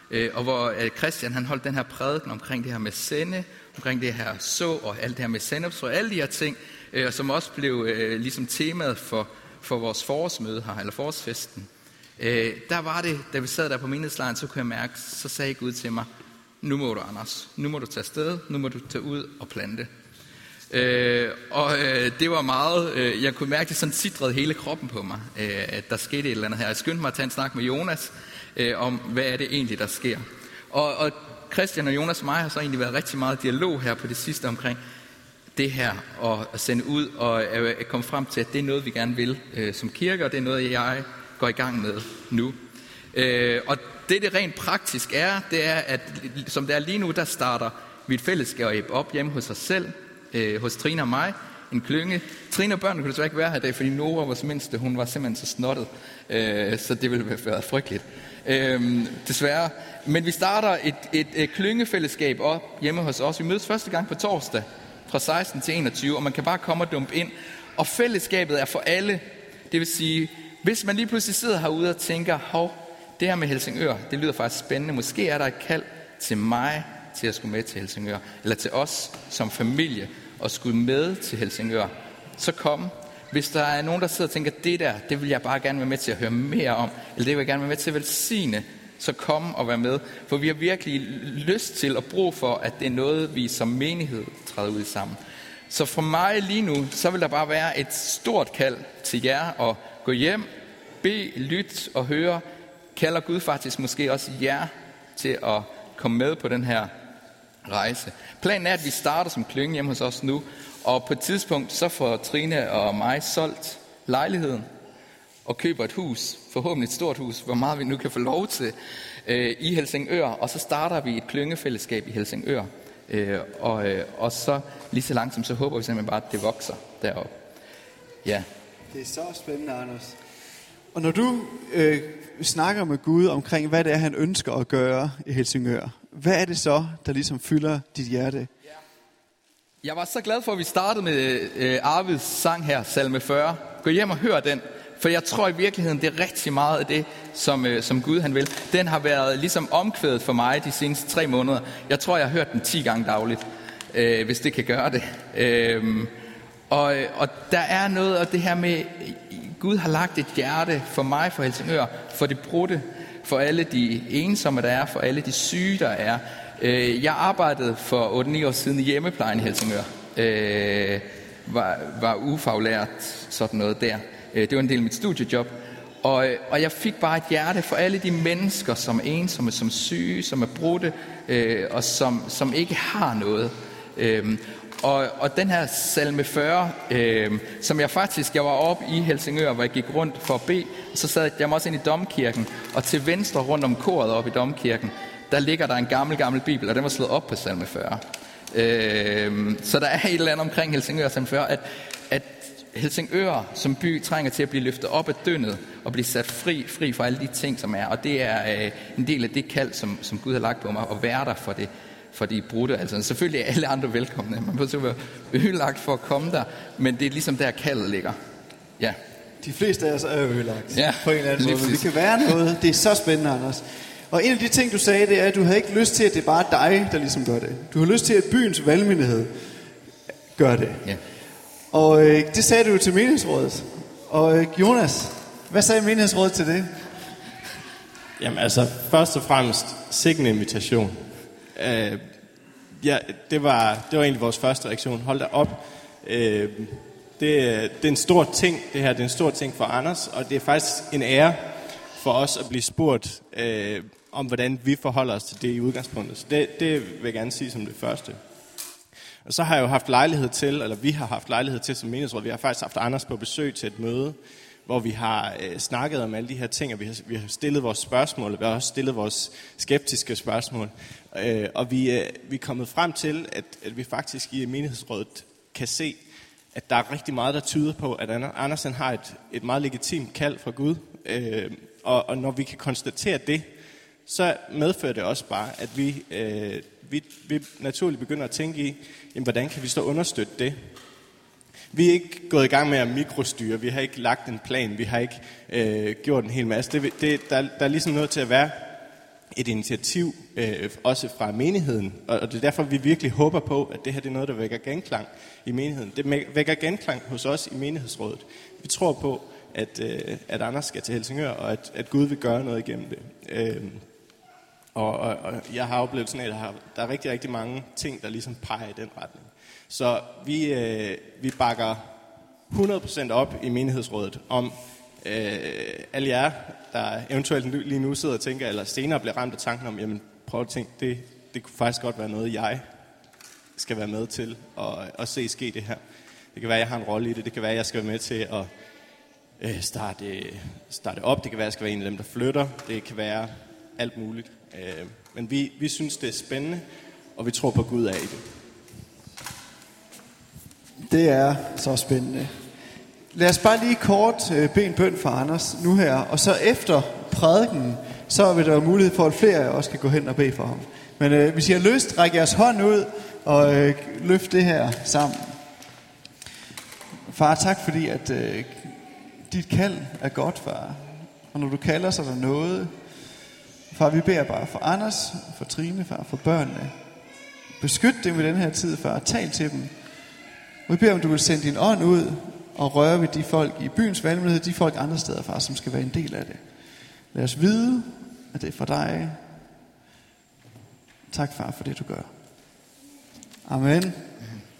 og hvor Christian han holdt den her prædiken omkring det her med sende, omkring det her så og alt det her med sennepsfrø, alle de her ting, som også blev ligesom temaet for vores forårsmøde her, eller forårsfesten. Der var det, da vi sad der på menighedslejren, så kunne jeg mærke, så sagde Gud til mig, nu må du, Anders, nu må du tage afsted, nu må du tage ud og plante. Det var meget, jeg kunne mærke, det sådan sidrede hele kroppen på mig, at der skete et eller andet her. Jeg skyndte mig at tage en snak med Jonas, om hvad er det egentlig, der sker. Og Christian og Jonas og mig har så egentlig været rigtig meget dialog her på det sidste omkring det her, og at sende ud, og at komme frem til, at det er noget, vi gerne vil som kirke, og det er noget, jeg går i gang med nu. Og det rent praktisk er, det er, at som det er lige nu, der starter vi et fællesskab op hjemme hos os selv, hos Trine og mig, en klynge. Trine og børnene kunne desværre ikke være her i dag, fordi Nora, vores mindste, hun var simpelthen så snottet, så det ville være frygteligt. Desværre. Men vi starter et klyngefællesskab op hjemme hos os. Vi mødes første gang på torsdag fra 16 til 21, og man kan bare komme og dumpe ind. Og fællesskabet er for alle. Det vil sige, hvis man lige pludselig sidder herude og tænker, hov, det her med Helsingør, det lyder faktisk spændende. Måske er der et kald til mig til at skulle med til Helsingør, eller til os som familie at skulle med til Helsingør. Så kom. Hvis der er nogen, der sidder og tænker, det vil jeg bare gerne være med til at høre mere om, eller det vil jeg gerne være med til at velsigne, så kom og vær med. For vi har virkelig lyst til og brug for, at det er noget, vi som menighed træder ud sammen. Så for mig lige nu, så vil der bare være et stort kald til jer at gå hjem, bede, lytte og høre. Kalder Gud faktisk måske også jer til at komme med på den her rejse. Planen er, at vi starter som klynge hjemme hos os nu, og på et tidspunkt så får Trine og mig solgt lejligheden og køber et hus, forhåbentlig et stort hus, hvor meget vi nu kan få lov til i Helsingør, og så starter vi et klyngefællesskab i Helsingør, og så lige så langsomt, så håber vi simpelthen bare, at det vokser deroppe. Ja. Det er så spændende, Anders. Og når du snakker med Gud omkring, hvad det er, han ønsker at gøre i Helsingør, hvad er det så, der ligesom fylder dit hjerte? Jeg var så glad for, at vi startede med Arvids sang her, salme 40. Gå hjem og hør den, for jeg tror i virkeligheden, det er rigtig meget af det, som Gud han vil. Den har været ligesom omkvædet for mig de seneste 3 måneder. Jeg tror, jeg har hørt den 10 gange dagligt, hvis det kan gøre det. Og der er noget af det her med, Gud har lagt et hjerte for mig, for Helsingør, for det brudte, for alle de ensomme, der er, for alle de syge, der er. Jeg arbejdede for 8-9 år siden i hjemmeplejen i Helsingør. Var ufaglært, sådan noget der. Det var en del af mit studiejob. Og jeg fik bare et hjerte for alle de mennesker, som er ensomme, som syge, som er brudte, og som ikke har noget. Og den her salme 40, som jeg var oppe i Helsingør, hvor jeg gik rundt for at bede, så sad jeg mig også ind i domkirken, og til venstre rundt om koret oppe i domkirken, der ligger der en gammel bibel, og den var slået op på salme 40. Så der er et eller andet omkring Helsingør salme 40, at Helsingør som by trænger til at blive løftet op af dyndet og blive sat fri fra alle de ting, som er. Og det er en del af det kald, som Gud har lagt på mig, at være der for de brudte. Altså selvfølgelig er alle andre velkomne. Man må så være ødelagt for at komme der, men det er ligesom der kaldet ligger. Ja. De fleste af os er ødelagt, ja, på en eller anden måde. Men det kan være noget. Det er så spændende, Anders. Og en af de ting, du sagde, det er, at du havde ikke lyst til, at det er bare dig, der ligesom gør det. Du har lyst til, at byens valgmyndighed gør det. Ja. Og det sagde du jo til menighedsrådet. Og Jonas, hvad sagde menighedsrådet til det? Jamen altså, først og fremmest, sikken invitation. Det var egentlig vores første reaktion. Hold da op. Det er en stor ting, det her. Det er en stor ting for Anders, og det er faktisk en ære for os at blive spurgt om, hvordan vi forholder os til det i udgangspunktet. Så det vil jeg gerne sige som det første. Og så har jeg jo haft lejlighed til, eller vi har haft lejlighed til som menighedsråd, vi har faktisk haft Anders på besøg til et møde, hvor vi har snakket om alle de her ting, og vi har stillet vores spørgsmål, og vi har også stillet vores skeptiske spørgsmål. Og vi er kommet frem til, at vi faktisk i menighedsrådet kan se, at der er rigtig meget, der tyder på, at Andersen har et meget legitimt kald fra Gud. Og når vi kan konstatere det, så medfører det også bare, at vi naturligt begynder at tænke i, jamen, hvordan kan vi så understøtte det? Vi er ikke gået i gang med at mikrostyre, vi har ikke lagt en plan, vi har ikke gjort en hel masse. Der er ligesom nødt til at være et initiativ, også fra menigheden. Og det er derfor, vi virkelig håber på, at det her det er noget, der vækker genklang i menigheden. Det vækker genklang hos os i menighedsrådet. Vi tror på, at Anders skal til Helsingør, og at Gud vil gøre noget igennem det. Og jeg har oplevet sådan, at der er rigtig, rigtig mange ting, der ligesom peger i den retning. Så vi bakker 100% op i menighedsrådet om alle jer, der eventuelt lige nu sidder og tænker, eller senere bliver ramt af tanken om, jamen prøv at tænke, det kunne faktisk godt være noget, jeg skal være med til at se ske det her. Det kan være, at jeg har en rolle i det. Det kan være, at jeg skal være med til at starte op. Det kan være, at jeg skal være en af dem, der flytter. Det kan være alt muligt. Men vi synes, det er spændende, og vi tror på, at Gud er i det. Det er så spændende. Lad os bare lige kort bede en bøn for Anders nu her, og så efter prædiken, så vil der være mulighed for, at flere af jer også kan gå hen og bede for ham. Men hvis I har lyst, ræk jeres hånd ud og løft det her sammen. Far, tak fordi, at dit kald er godt, far. Og når du kalder, så er der noget. Far, vi beder bare for Anders, for Trine, far, for børnene. Beskyt dem i den her tid, far. Tal til dem. Vi beder om, du vil sende din ånd ud og røre ved de folk i byens valgmenighed, de folk andre steder, far, som skal være en del af det. Lad os vide, at det er for dig. Tak, far, for det du gør. Amen.